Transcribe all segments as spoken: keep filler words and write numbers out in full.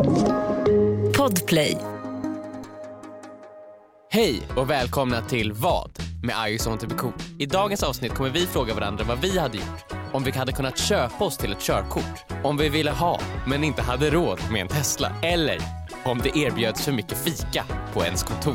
Podplay. Hej och välkomna till Vad med Ayus och T B K. I dagens avsnitt kommer vi fråga varandra vad vi hade gjort om vi hade kunnat köpa oss till ett körkort. Om vi ville ha men inte hade råd med en Tesla. Eller om det erbjöds för mycket fika på ens kontor.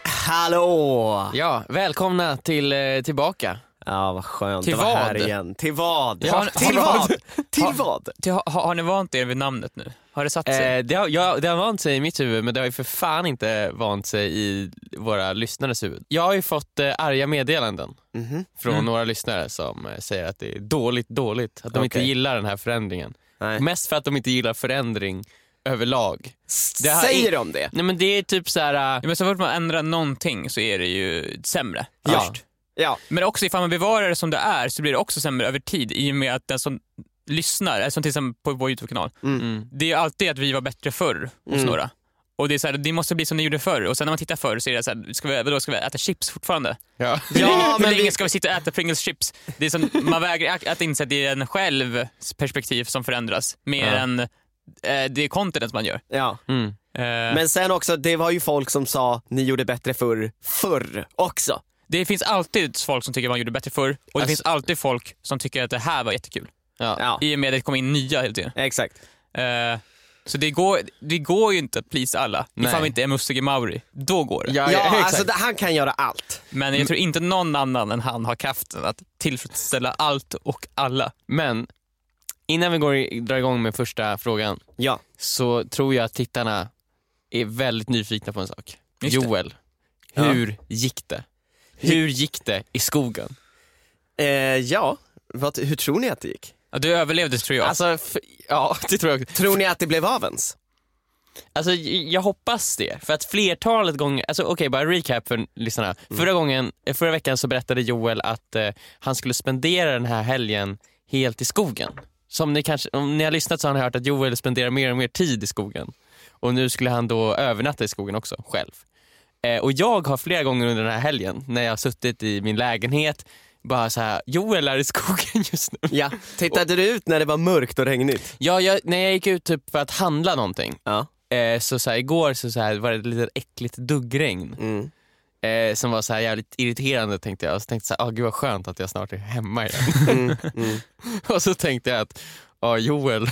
Hallå! Ja, välkomna till eh, tillbaka. Ja, vad skönt till att vara vad? här igen. Till vad? Ja, till vad? Till ha, vad? Till, ha, har ni vant er vid namnet nu? Har det satt sig? Eh, det, har, ja, det har vant sig i mitt huvud, men det har ju för fan inte vant sig i våra lyssnares huvud. Jag har ju fått eh, arga meddelanden Mm-hmm. från Mm. några lyssnare som eh, säger att det är dåligt, dåligt. Att de Okej. inte gillar den här förändringen. Nej. Mest för att de inte gillar förändring överlag. Det har Säger in- de det? Nej, men det är typ så här. Äh... Ja, men så fort man ändrar någonting så är det ju sämre Ja. först. Ja. Men också ifall man bevarar det som det är så blir det också sämre över tid i och med att den som lyssnar, som till exempel på vår YouTube-kanal, Mm. det är alltid att vi var bättre förr hos Mm. några. Och det är så här, det måste bli som ni gjorde förr. Och sen när man tittar förr så är det så här, ska vi, vadå, ska vi äta chips fortfarande? Ja. Ja, Hur men länge vi... ska vi sitta och äta Pringles chips? Det är som, man vägrar att inse att det är en självs perspektiv som förändras mer Ja. än eh, det är content man gör. Ja. Mm. Eh, Men sen också, det var ju folk som sa ni gjorde bättre förr, förr också. Det finns alltid folk som tycker man gjorde bättre förr. Och det Alltså- finns alltid folk som tycker att det här var jättekul. Ja. Ja, I och med att det kommer in nya hela tiden. exakt. Eh, så det går, det går ju inte att pleasa alla. Nej. Ifall vi inte är Musse Mauri. Då går det. Ja, Ja, exakt. alltså det, han kan göra allt. Men jag tror inte någon annan än han har kraften att tillfredsställa allt och alla. Men innan vi går i, drar igång med första frågan Ja. så tror jag att tittarna är väldigt nyfikna på en sak. Just det. Joel, hur gick det? Hur gick det i skogen? Eh, ja, Vad, hur tror ni att det gick? Ja, du överlevde tror jag. Alltså, f- ja, det tror jag. Tror ni att det blev av ens? Alltså, j- jag hoppas det. För att flertalet gånger, alltså okej, okay, bara recap för lyssnarna. Mm. Förra gången, förra veckan så berättade Joel att eh, han skulle spendera den här helgen helt i skogen. Som ni kanske, om ni har lyssnat så har ni hört att Joel spenderar mer och mer tid i skogen. Och nu skulle han då övernatta i skogen också, själv. Eh, och jag har flera gånger under den här helgen, när jag har suttit i min lägenhet, bara så här, Joel är i skogen just nu. Ja. Tittade du ut när det var mörkt och regnigt? Ja, jag, när jag gick ut typ för att handla någonting, Ja. eh, så, så här, igår så, så här, var det ett litet äckligt duggregn. Mm. Eh, som var så här jävligt irriterande, tänkte jag. Och så tänkte jag, ah, gud vad skönt att jag snart är hemma igen. Mm. Mm. Och så tänkte jag att, ja ah, Joel,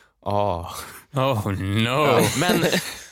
ah. Oh no. Ja, men,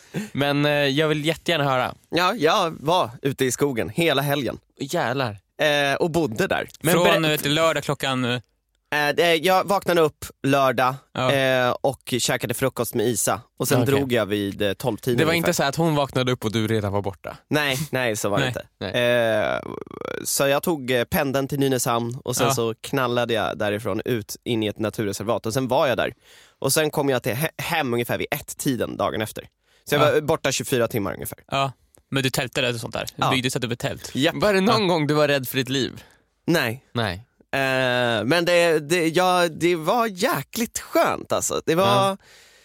men eh, jag vill jättegärna höra. Ja, jag var ute i skogen hela helgen. Jävlar. Eh, och bodde där. Men Från berä- eh, till lördag klockan... eh, Eh, det- jag vaknade upp lördag Ja. eh, och käkade frukost med Isa. Och sen Okej. drog jag vid eh, tolv-tiden Det var ungefär. inte så att hon vaknade upp och du redan var borta. Nej, nej så var det Nej, inte. nej. Eh, så jag tog eh, pendeln till Nynäshamn och sen Ja. så knallade jag därifrån ut in i ett naturreservat. Och sen var jag där. Och sen kom jag till he- hem ungefär vid ett-tiden dagen efter. Så jag Ja. var borta tjugofyra timmar ungefär. Ja, men du tältade och sånt där. Du Ja. byggde så att du var tält. Japp. Var det någon gång du var rädd för ditt liv? Nej. Nej. Eh, men det, det, ja, det var jäkligt skönt alltså. Det var Ja.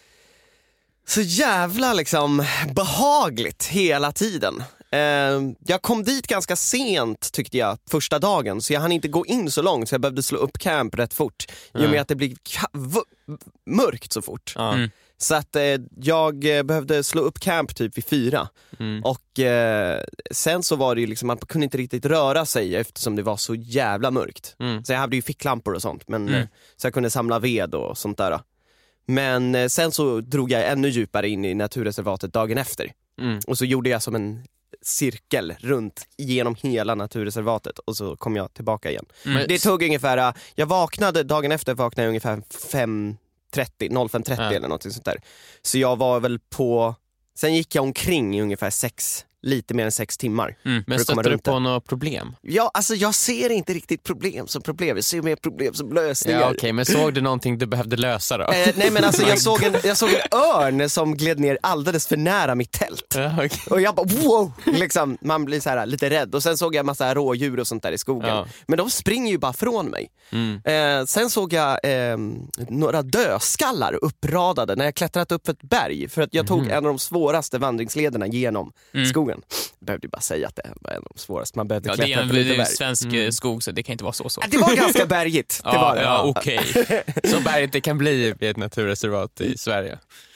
så jävla liksom behagligt hela tiden. Eh, jag kom dit ganska sent tyckte jag första dagen, så jag hann inte gå in så långt, så jag behövde slå upp camp rätt fort i och med Ja. att det blev ka- v- mörkt så fort. Ja. Mm. Så att eh, jag eh, behövde slå upp camp typ vid fyra. Mm. Och eh, sen så var det ju liksom, man kunde inte riktigt röra sig eftersom det var så jävla mörkt. Mm. Så jag hade ju ficklampor och sånt, men, Mm. eh, så jag kunde samla ved och sånt där. Men eh, sen så drog jag ännu djupare in i naturreservatet dagen efter. Mm. Och så gjorde jag som en cirkel runt genom hela naturreservatet och så kom jag tillbaka igen. Mm. Det tog ungefär, eh, jag vaknade, dagen efter vaknade jag ungefär fem trettio, fem trettio Ja. eller något sånt där. Så jag var väl på, sen gick jag omkring i ungefär sex, lite mer än sex timmar. Mm. Men för att komma stötte du runt på där. något problem? Ja, alltså jag ser inte riktigt problem som problem, jag ser mer problem som lösningar. Ja, okej, men såg du någonting du behövde lösa då? Eh, nej men alltså jag såg, en, jag såg en örn som gled ner alldeles för nära mitt tält. Ja, okej. Och jag bara wow, liksom, man blir så här lite rädd. Och sen såg jag en massa rådjur och sånt där i skogen. Ja. Men de springer ju bara från mig. Mm. Eh, sen såg jag eh, några dödskallar uppradade när jag klättrat upp för ett berg. För att jag tog Mhm. en av de svåraste vandringslederna genom Mm. skogen. Jag behövde ju bara säga att det var en av de svåraste. Man behövde Ja, det är klättra en, för lite det är en berg. svensk Mm. eh, skog så det kan inte vara så så. Det var ganska bergigt. Det ja, var det. ja, okej. Så berget det kan bli i ett naturreservat i Sverige.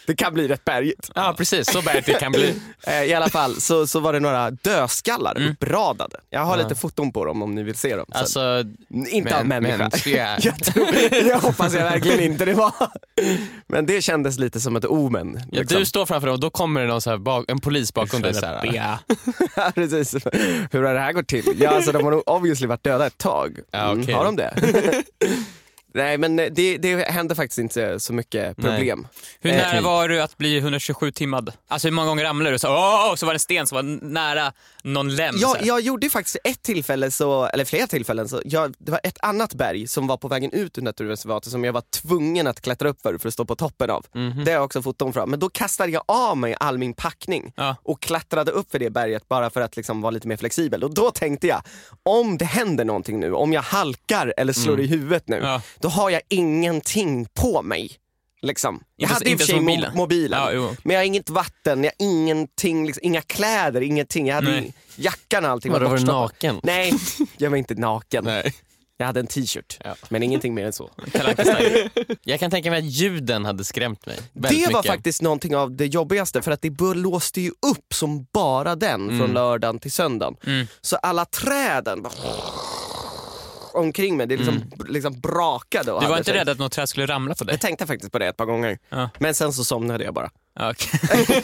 Det kan bli rätt bergigt. Ja, precis. Så bergigt det kan bli. Eh, I alla fall så, så var det några dödskallar Mm. uppradade. Jag har Ja. lite foton på dem om ni vill se dem. Sen. Alltså, Inte av men- människa. mänskliga. jag, tror, jag hoppas jag verkligen inte det var. Men det kändes lite som ett omen. ja, Liksom. du står framför dem och då kommer det någon så här bak, en polis bakom dig. Så här. Ja. Ja, precis. Hur har det här gått till? Ja, alltså, de har nog obviously varit döda ett tag. Ja, okej. Har de det? Nej, men det, det hände faktiskt inte så mycket problem. Hur Eh, nära var du att bli hundrasjuttiosju timmad? Alltså hur många gånger ramlade du? Så, åh, så var det en sten som var nära någon lem. så Ja, här. jag gjorde faktiskt ett tillfälle, så, eller flera tillfällen, så jag, det var ett annat berg som var på vägen ut ur naturreservatet som jag var tvungen att klättra upp för för att stå på toppen av. Mhm. Det har jag också foton från. Men då kastade jag av mig all min packning Ja. och klättrade upp för det berget bara för att liksom vara lite mer flexibel. Och då tänkte jag, om det händer någonting nu, om jag halkar eller slår i huvudet nu, Ja. då har jag ingenting på mig. Liksom. Jag Inte- hade i och inte för sig som mo- mobilen. mobilen, Ja, jo. men jag har inget vatten, jag har ingenting, liksom, inga kläder, ingenting. Jag hade Nej. jackan och allting. Vadå, var du bortstoppat. naken? Nej, jag var inte naken. Nej. Jag hade en t-shirt, Ja. men ingenting mer än så. Kalle Anka-style. Jag kan tänka mig att ljuden hade skrämt mig Det väldigt var mycket. faktiskt någonting av det jobbigaste, för att det blåste ju upp som bara den från Mm. lördagen till söndagen. Mm. Så alla träden bara omkring mig, det liksom, liksom brakade. Och Du var hade inte sig. rädd att något träd skulle ramla på dig? Jag tänkte faktiskt på det ett par gånger, Ja. men sen så somnade jag bara. Ja, okej.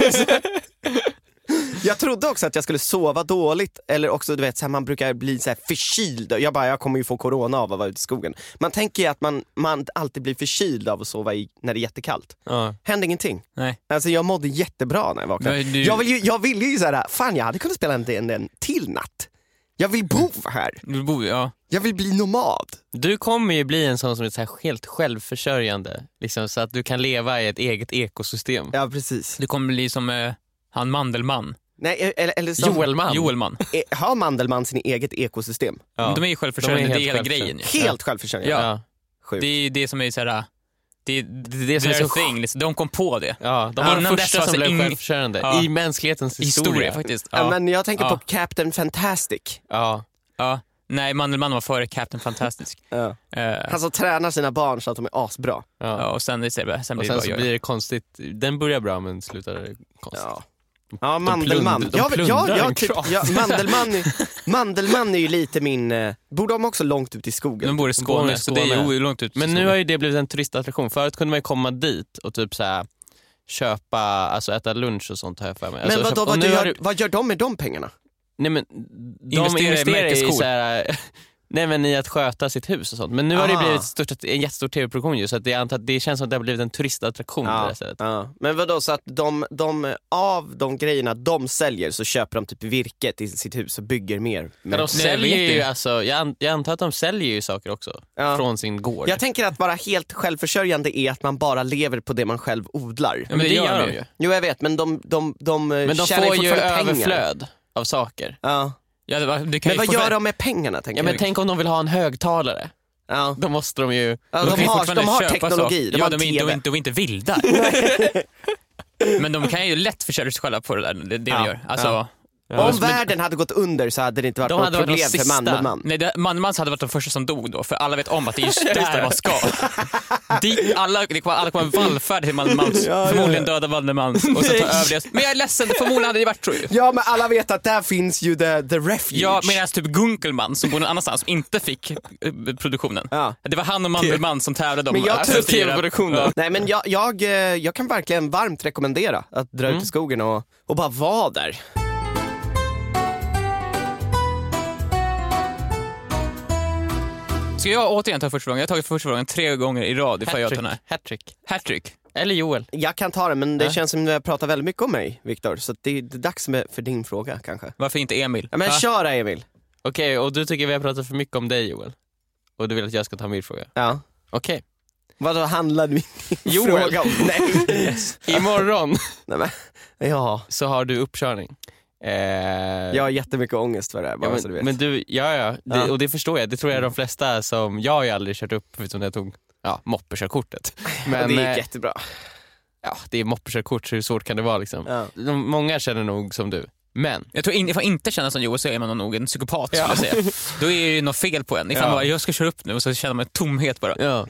Jag trodde också att jag skulle sova dåligt, eller också du vet så här, man brukar bli så här förkyld. Jag bara, jag kommer ju få corona av att vara ute i skogen. Man tänker ju att man, man alltid blir förkyld av att sova i, när det är jättekallt. Ja. Hände ingenting. Nej. Alltså jag mådde jättebra när jag vaknade. Men du- Jag vill ju, jag vill ju så här, fan jag hade kunnat spela en, en, en till natt. Jag vill bo här. Du bor, ja. Jag vill bli nomad. Du kommer ju bli en sån som är så här helt självförsörjande. Liksom, så att du kan leva i ett eget ekosystem. Ja, precis. Du kommer bli som eh, han Mandelmann. Nej, eller, eller som, Joelman. Joelman. E- har Mandelmann sin eget ekosystem? Ja. De är ju självförsörjande, De är det är helt hela grejen. självförsörjande. ju. Helt självförsörjande. Ja. Ja. Sjukt. Det är ju det som är så här. Det är Det är det som är their så thing, liksom. De kom på det. Ja, de var de Innan dess första var som så blev ing- självförsörjande Ja. i mänsklighetens historia. Historia faktiskt. Ja. Ja. Men jag tänker Ja. på Captain Fantastic. Ja. Ja. Nej, Mandelmann var före Captain Fantastic. Ja. Eh, Han som tränar sina barn så att de är asbra. Ja. ja, och sen, sen, sen Och blir det sen bara så göra. blir det konstigt. Den börjar bra men slutar konstigt. Ja. Ja, Mandelmann. plund- de ja, ja, plundrar ja, en typ, kram. ja, Mandelmann, är- Mandelmann är ju lite min... Eh, bor de också långt ut i skogen? De bor i De bor i Skåne, så det är Skåne. ju långt ut. Men nu har ju det blivit en turistattraktion. Förut kunde man ju komma dit och typ så här köpa, alltså äta lunch och sånt har jag för mig. Men alltså, vadå, och vad, nu du har gör, det- vad gör de med de pengarna? Nej men de Investera i investerar, i, märkeskor. så här, nej men i att sköta sitt hus och sånt. Men nu har det Ah. blivit ett stort, en jättestor tv-produktion ju, så att det, jag antar att det känns som att det har blivit en turistattraktion på det här sättet. ja. Men vadå, så att de, de, av de grejerna de säljer så köper de typ virke till sitt hus och bygger mer. Men med- de Nej, säljer vet ju, det. alltså, jag, an, jag antar att de säljer ju saker också Ja. från sin gård. Jag tänker att vara helt självförsörjande är att man bara lever på det man själv odlar. Ja, men det gör de ju. Jo, jag vet, men de, de, de, Men de tjänar får ju fortfarande pengar. överflöd av saker. Ja. Ja, det var, det kan Men ju vad få- gör de med pengarna, tänker Ja, men jag? tänk om de vill ha en högtalare. Ja. Då måste de ju... Ja, kan de, ju har, fortfarande de har köpa teknologi, saker. de ja, har de, är, T inte- de, V. är inte, de är inte vilda. Men de kan ju lätt försörja sig själva på det där, det, det Ja, de gör. Alltså, ja. Ja, Om men- världen hade gått under så hade det inte varit De något hade varit de problem för sista. Mandelmann. nej, det, Mandelmanns hade varit de första som dog då, för alla vet om att det är just där man ska. Dit, alla, det kommer, alla kommer vallfärd till Mandelmanns, Ja, ja, förmodligen ja. döda Mandelmanns och så ta över det. Men jag är ledsen, förmodligen hade det varit så ju. Ja, men alla vet att där finns ju the, the refuge. Ja, medan typ Gunkelman som bor någon annanstans som inte fick eh, produktionen. Ja. Det var han och Mandelmann som tävlade om Men jag att tror fira- tv-produktionen. Ja. Nej, men jag, jag, eh, jag kan verkligen varmt rekommendera att dra Mm. ut i skogen och, och bara vara där. Ska jag återigen ta första frågan? Jag har tagit första frågan tre gånger i rad ifall jag tar den här. Hattrick. Hattrick. Eller Joel. Jag kan ta det, men det Ja. känns som att jag pratar väldigt mycket om mig, Viktor. Så att det, det är dags med, för din fråga kanske. Varför inte Emil? Ja, men Va? kör Emil. Okej, och du tycker vi har pratat för mycket om dig Joel? Och du vill att jag ska ta min fråga? Ja. Okej. Vad handlar min Joel. fråga om? Nej. Yes. Imorgon Nej, men, ja. så har du uppkörning. Eh, Jag har jättemycket ångest för det här, bara ja, så du men, vet. men du, ja ja, det, Ja. och det förstår jag. Det tror jag de flesta som, jag har ju aldrig kört upp förutom när jag tog ja, moppekörkortet. Och Men det gick eh, jättebra. ja, det är moppekörkort så hur svårt kan det vara liksom? Ja. De, många känner nog som du. Men Jag tror in, ifall jag inte känner som Joel så är man nog en psykopat Ja. skulle jag säga. Då är det ju något fel på en. Ifall Ja. man bara, jag ska köra upp nu och så känner man en tomhet bara. Ja.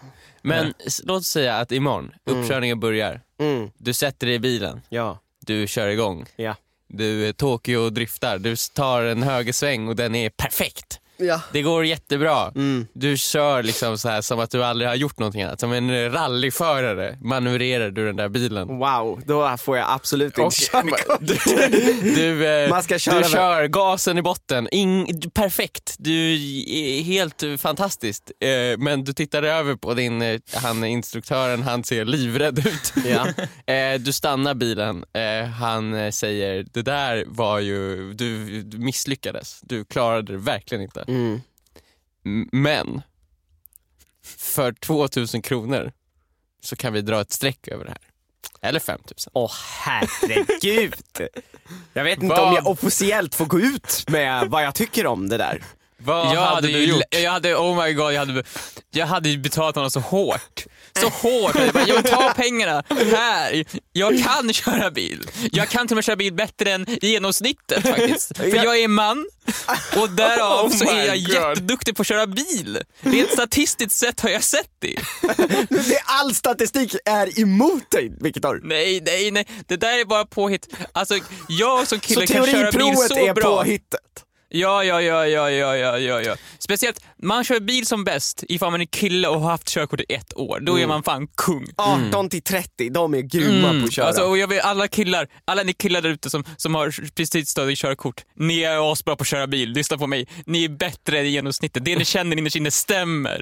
Men s- låt oss säga att imorgon, uppkörningen börjar. Mm. Du sätter dig i bilen, Ja. du kör igång. Ja. Du Tokyo driftar, du tar en högersväng och den är perfekt. Ja. Det går jättebra. Mm. Du kör liksom så här som att du aldrig har gjort någonting annat. Som en rallyförare manövrerar du den där bilen. Wow, då får jag absolut inte Och- köra. Du, eh, Man ska köra du kör gasen i botten. In, perfekt. Du är helt fantastiskt. Eh, men du tittar över på din eh, han instruktören, han ser livrädd ut. Ja. eh, du stannar bilen. Eh, han eh, säger det där var ju du, du misslyckades. Du klarade det verkligen inte. Mm. M- Men för tvåtusen kronor så kan vi dra ett streck över det här. Eller femtusen. Åh herregud. Jag vet inte Vad- om jag officiellt får gå ut med vad jag tycker om det där. Vad Jag hade hade, du ju, gjort? jag hade, oh my god, jag hade, jag hade ju betalat honom så hårt. Så hårt. Jag bara, jag tar pengarna här. Jag kan köra bil. Jag kan till och med köra bil bättre än genomsnittet faktiskt. För jag är man och därav Oh så my är jag God. jätteduktig på att köra bil. Rent statistiskt sett har jag sett det. Det, all statistik är emot dig, Viktor. Nej, nej, nej. Det där är bara påhitt. Alltså, jag som Så kille kan köra bil teoriprovet så är bra. påhittet. Ja, ja, ja, ja, ja, ja, ja, ja. Speciellt, man kör bil som bäst ifall man är kille och har haft körkort i ett år. Då är man fan kung. arton till trettio, de är grymma på att köra. Alltså, och jag vet, alla killar, alla ni killar där ute som, som har precis tagit körkort, ni är asbra på att köra bil, lyssna på mig. Ni är bättre än genomsnittet. Det ni känner innerst inne stämmer.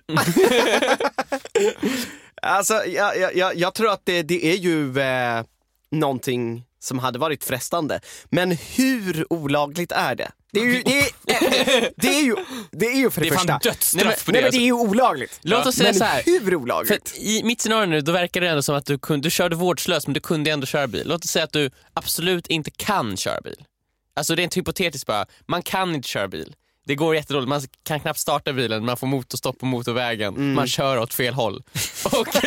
Alltså, jag, jag, jag, jag tror att det, det är ju eh, någonting som hade varit frestande. Men hur olagligt är det? Det är ju, det är, eh, det är ju, det är ju för det, Det är fan första. dödsstraff Nej, men, för nej, det, men det är ju olagligt. Låt oss säga Men så här. hur För olagligt? att i mitt scenario nu, då verkar det ändå som att du, kunde, du körde vårdslöst men du kunde ändå köra bil. Låt oss säga att du absolut inte kan köra bil. Alltså rent hypotetiskt bara, man kan inte köra bil. Det går jättedåligt, man kan knappt starta bilen, man får motorstopp på motorvägen, man kör åt fel håll. Och, och,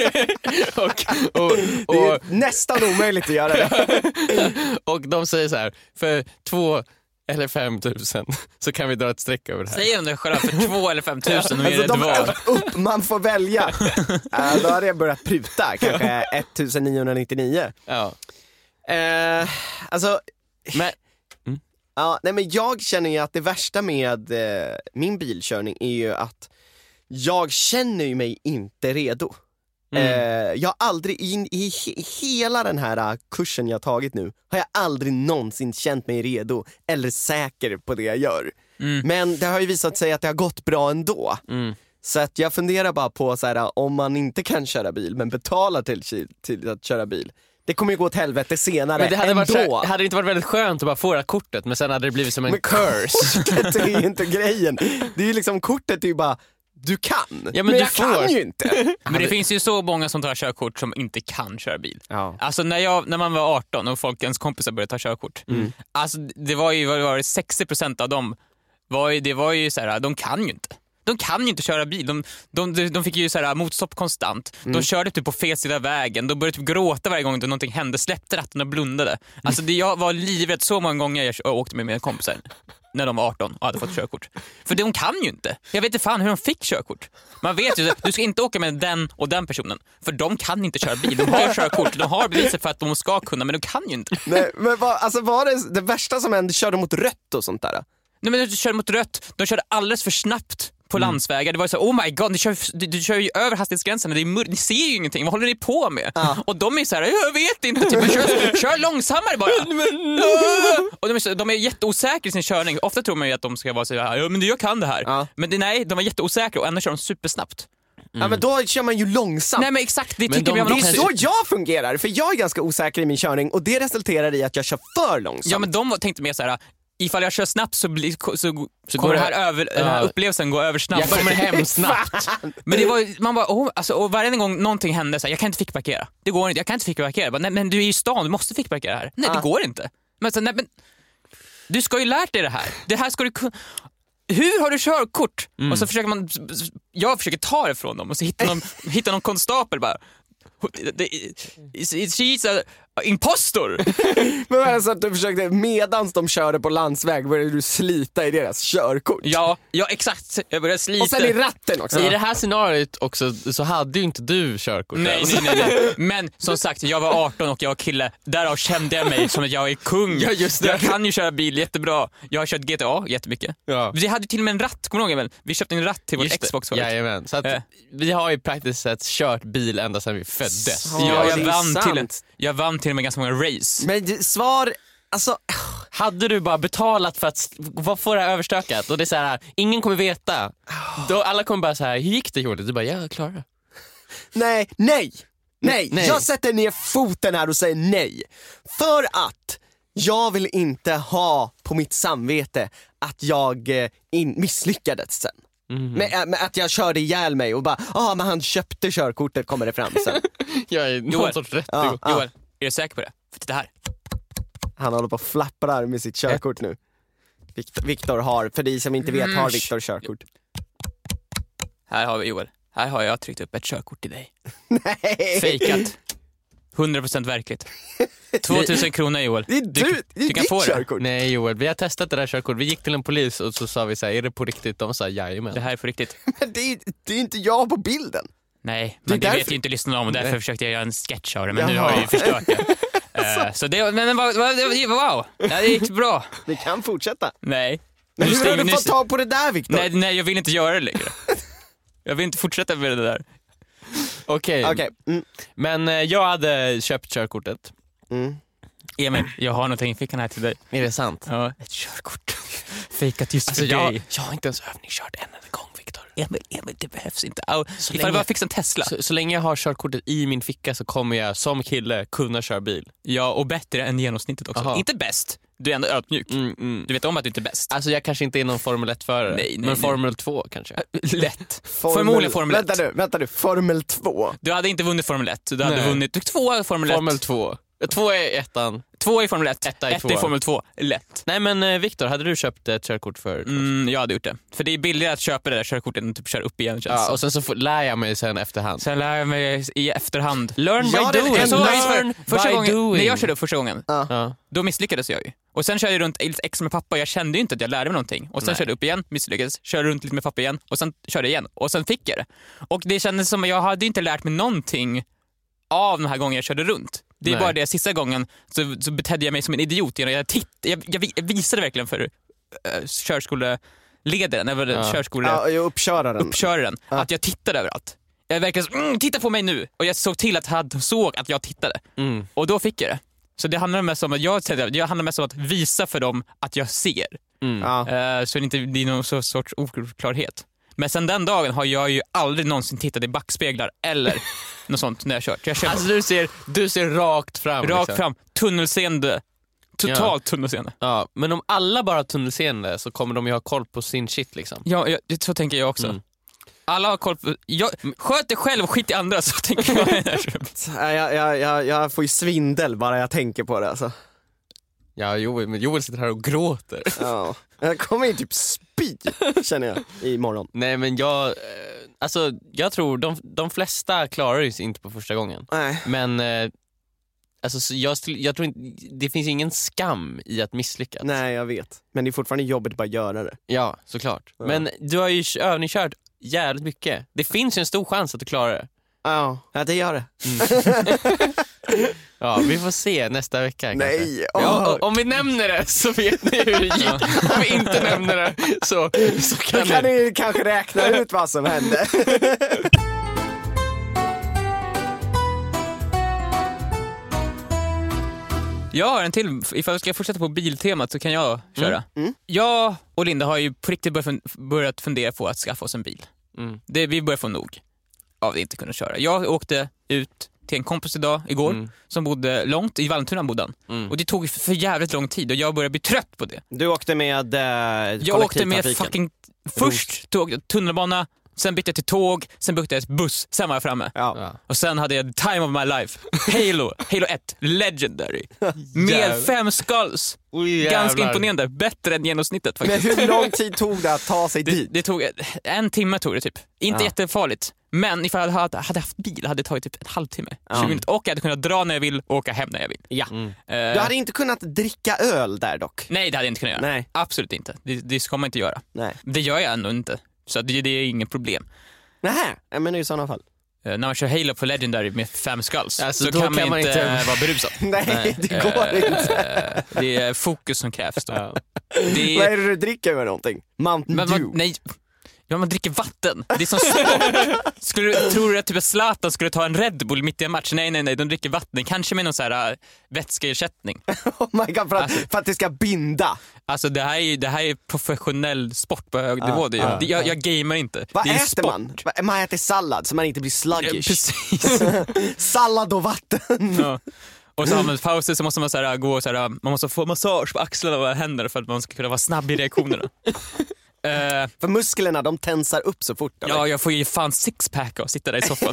och, Det är och, ju nästan omöjligt att göra det. och de säger så här, för två eller fem tusen så kan vi dra ett streck över det här. Säg om det själva för två eller fem tusen och Alltså, är det ett de, val. upp, man får välja. Uh, då hade jag börjat pruta, kanske ettusenniohundranittionio. Ja. Uh, alltså, Men, ja, nej, men jag känner ju att det värsta med eh, min bilkörning är ju att jag känner ju mig inte redo. Mm. Eh, jag har aldrig, in, i he, hela den här uh, kursen jag tagit nu, har jag aldrig någonsin känt mig redo eller säker på det jag gör. Mm. Men det har ju visat sig att det har gått bra ändå. mm. Så att jag funderar bara på så här, om man inte kan köra bil men betalar till, till att köra bil. Det kommer ju gå åt helvete senare Men det hade, ändå. varit, så- hade det inte varit väldigt skönt att bara få det här kortet, men sen hade det blivit som en Men curse. kortet är ju inte grejen. Det är ju liksom, kortet är ju bara, du kan. Ja, men du jag får. kan ju inte. Men det finns ju så många som tar körkort som inte kan köra bil. Ja. Alltså när, jag, när man var arton och folk, ens kompisar började ta körkort. Mm. Alltså det var ju, vad var det, sextio procent av dem, var ju, det var ju så här, de kan ju inte. De kan ju inte köra bil. De, de, de, de fick ju så här motstopp konstant. Mm. De körde typ på fel sida av vägen. De började typ gråta varje gång någonting hände. Släppte ratten och blundade. Alltså det, jag var livrädd så många gånger jag kö- åkte med mina kompisar när de var arton och hade fått körkort. För de kan ju inte. Jag vet inte fan hur de fick körkort. Man vet ju att du ska inte åka med den och den personen. För de kan inte köra bil. De har körkort. De har beviset för att de ska kunna, men de kan ju inte. Nej, men vad, alltså var det det värsta som hände, körde mot rött och sånt där? Nej, men de körde mot rött. De körde alldeles för snabbt på Mm. landsvägar. Det var ju så, oh my god, ni kör, du, du kör ju över hastighetsgränserna. Det är mör- ni ser ju ingenting. Vad håller ni på med? Ja. Och de är så här, jag vet inte. Typ, men kör, kör långsammare bara. Och de är, så, de är jätteosäkra i sin körning. Ofta tror man ju att de ska vara så här, ja men jag kan det här. Ja. Men det, nej, de var jätteosäkra och ändå kör de supersnabbt. Ja, men då kör man ju långsamt. Nej men exakt, det Men tycker de- jag Det man är också. så jag fungerar, för jag är ganska osäker i min körning och det resulterar i att jag kör för långsamt. Ja men de tänkte mer så här, ifall jag kör snabbt så, blir, så, så, Så kommer går det här, det- över, den här Ja. upplevelsen gå över snabbare. Jag kommer hem snabbt. Men det var, man bara, oh, alltså, och varje gång någonting hände så här, jag kan inte fick parkera. Det går inte, jag kan inte fick parkera. Jag bara, nej men du är i stan, du måste fick parkera här. Nej Ah. det går inte. Men, så, nej, men du ska ju lärt dig det här. Det här ska du kunna. Hur har du körkort? Mm. Och så försöker man, jag försöker ta det från dem och så hitta någon, hitta någon konstapel bara. Det- det- She's a, Impostor! Men alltså att du försökte, medans de körde på landsväg började du slita i deras körkort. Ja, ja exakt. Jag började slita. Och sen i ratten också. I det här scenariot också så hade ju inte du körkort. Nej, alltså. nej, nej, nej. Men som sagt, jag var arton och jag var kille. Därav kände jag mig som att jag är kung. Ja, just det. Jag kan ju köra bil jättebra. Jag har kört G T A jättemycket. Ja. Vi hade till och med en ratt, kommer du ihåg? Vi köpte en ratt till vår Just det. Xbox förut. Jajamän. Så att Eh. vi har ju praktiskt sett kört bil ända sedan vi föddes. Ja, Ja, det jag är vann, till, sant. jag vann till och med ganska många race. Men det- svar, alltså Hade du bara betalat för att vad får det här överstökat? Och det är så här, ingen kommer veta. Då alla kommer bara så här, hur gick det Joel? Du bara, ja, jag klarar det. nej, nej, nej, Nej. jag sätter ner foten här och säger nej. För att jag vill inte ha på mitt samvete att jag eh, in, misslyckades sen. Mm. Men, äh, men att jag körde ihjäl mig och bara, ja ah, men han köpte körkortet, kommer det fram sen. Jag är någon Joel. sorts rätt. Ja. Joel, är du säker på det? För titta här. Han håller på och flapprar med sitt körkort nu. Victor, Victor har, för de som inte vet, har Victor körkort. Här har vi Joel. Här har jag tryckt upp ett körkort till dig. Nej! Fejkat. hundra procent verkligt. tvåtusen kronor Joel. Det är du, det är du kan ditt få det. körkort. Nej Joel, vi har testat det där körkortet. Vi gick till en polis och så sa vi så här, är det på riktigt? De sa jajamän. Det här är på riktigt. Men det är, det är inte jag på bilden. Nej, Det är men det därför- vet ju inte lyssnarna om och därför Nej. försökte jag göra en sketch av det, men nu Jaha. har jag ju förstört det. Eh, så det, men, men vad- vad- det- wow, det gick bra. Det kan fortsätta. Nej. Men Nu hur har stänger- du nu- fått tag på det där Victor? nej, nej, jag vill inte göra det längre. Jag vill inte fortsätta med det där. Okej, Okej, mm. men eh, jag hade köpt körkortet. Mm. Emil, jag har någonting i fickan här till dig. Är det sant? Ja, ett körkort. Fejkat just Alltså för jag, dig. jag har inte ens övningskört en enda gång Victor. Emil, Emil, det behövs inte. Au, Så ifall länge- du bara fixar en Tesla. Så, så länge jag har körkortet i min ficka så kommer jag som kille kunna köra bil. Ja, och bättre än genomsnittet också. Aha. Inte bäst, du är ändå ödmjuk. Mm, mm. Du vet om att du inte är bäst. Alltså jag kanske inte är någon Formel ett-förare, Nej, nej, men nej. Formel två kanske. Lätt. Formel, Förmodligen Formel ett. Vänta nu, vänta nu, Formel två. Du hade inte vunnit Formel ett, du hade Nej. vunnit två Formel ett. Formel två. Två är ettan. Två i Formel ett, Etta i ett två. i Formel två. Lätt. Nej men eh, Victor, hade du köpt ett körkort för? Mm, jag hade gjort det. För det är billigare att köpa det där körkortet än att typ köra upp igen. Känns Ja, det och sen så får, lär jag mig sen efterhand. Sen lär jag mig i efterhand. Learn Ja, by det är doing. en- Så, Learn för, första by gången, doing. när jag körde upp första gången, Ja. då misslyckades jag ju. Och sen körde jag runt lite extra med pappa, jag kände ju inte att jag lärde mig någonting. Och sen Nej. körde jag upp igen, misslyckades, körde runt lite med pappa igen och sen körde jag igen. Och sen fick jag det. Och det kändes som att jag hade inte lärt mig någonting av den här gången jag körde runt. Det är Nej. bara det, sista gången så, så betedde jag mig som en idiot. Jag, titt, jag, jag, jag visade verkligen för uh, körskoleledaren, eller Ja. körskole... Ja, jag uppköraren. uppköraren, Ja. att jag tittade överallt. Jag verkligen så, mm, titta på mig nu. Och jag såg till att han såg att jag tittade. Mm. Och då fick jag det. Så det handlar mest om att jag, jag handlar mest om att visa för dem att jag ser. Mm. Ja. Eh, så det inte blir någon så sorts oklarhet. Men sen den dagen har jag ju aldrig någonsin tittat i backspeglar eller något sånt när jag kört. Jag kör Alltså du ser, du ser rakt fram. rakt liksom. fram, tunnelseende. Totalt tunnelseende. Ja, men om alla bara har tunnelseende så kommer de ju ha koll på sin shit liksom. Ja, jag, det- så tänker jag också. Mm. Alla har koll på... Jag, sköt dig själv och skit i andra, så tänker jag. Ja, jag, jag, jag, jag får ju svindel bara jag tänker på det alltså. Ja, Joel, men Joel sitter här och gråter. Ja. Jag kommer ju typ spy, känner jag, imorgon. Nej men jag, eh, alltså jag tror de, de flesta klarar ju sig inte på första gången. Nej. Men eh, alltså, så jag, skulle- jag tror inte, det finns ingen skam i att misslyckas. Nej, jag vet. Men det är fortfarande jobbigt att bara göra det. Ja, såklart. Ja. Men du har ju övningskört jävligt mycket. Det finns ju en stor chans att du klarar det. Ja, ja det gör det. Ja, vi får se nästa vecka kanske. Nej, Ja, åh. och om vi nämner det så vet ni hur det gick. Om vi inte nämner det så, så Då kan kan ni... ni kanske räkna ut vad som hände. Jag har en till, ifall jag ska fortsätta på biltemat så kan jag köra. Mm. Jag och Linda har ju på riktigt börjat fun- börjat fundera på att skaffa oss en bil. Mm. Det, vi börjar få nog av att inte kunna köra. Jag åkte ut till en kompis idag, igår, Mm. som bodde långt, i Vallentuna bodde han. Mm. Och det tog för jävligt lång tid och jag börjar bli trött på det. Du åkte med eh, Jag åkte med kollektivtrafiken. fucking, först tog jag tunnelbana, sen bytte jag till tåg, sen bytte jag till buss, sen var jag framme. Ja. Ja. Och sen hade jag time of my life. Halo, Halo ett, legendary. Med Jävlar. fem skulls. Oj, Ganska jävlar. imponerande, bättre än genomsnittet Men faktiskt. hur lång tid tog det att ta sig Det, dit? det tog en timme tog det typ. Inte Ja. jättefarligt. Men ifall jag hade, hade haft bil hade det tagit typ en halvtimme, Ja. tjugo minuter. Och jag hade kunnat dra när jag vill och åka hem när jag vill. Ja. Mm. Eh, Du hade inte kunnat dricka öl där dock. Nej, det hade jag inte kunnat göra. Nej. Absolut inte. Det, det ska man inte göra. Nej. Det gör jag ändå inte. Så det, det är inget problem. Nähä, ja, men i sådana fall. Eh, när man kör Halo på Legendary med fem skulls Alltså, så då kan man, kan man inte, inte- vara berusad. Nej, det går inte. Eh, det är fokus som krävs då. Ja. Det Vad är, är det du dricker med någonting? Mountain men Dew? man, nej, ja, man dricker vatten. Det är som sport. Skulle du, tror du att typ Zlatan skulle ta en Red Bull mitt i en match? Nej, nej, nej, de dricker vatten. Kanske med någon så här uh, vätskeersättning. Oh my God, för att, för att det ska binda. Alltså det här är ju det här är professionell sport på hög nivå. Det är, ja, det, jag, jag gamer inte. Vad det är en äter sport. man? Va- Man äter sallad så man inte blir Ja, sluggish. precis. Sallad och vatten. Ja. Och så har man pauser så måste man så här, gå och så här, man måste få massage på axlarna och händer för att man ska kunna vara snabb i reaktionerna. uh, För musklerna, de tensar upp så fort. Eller? ja, jag får ju fan sixpack och sitta där i soffan.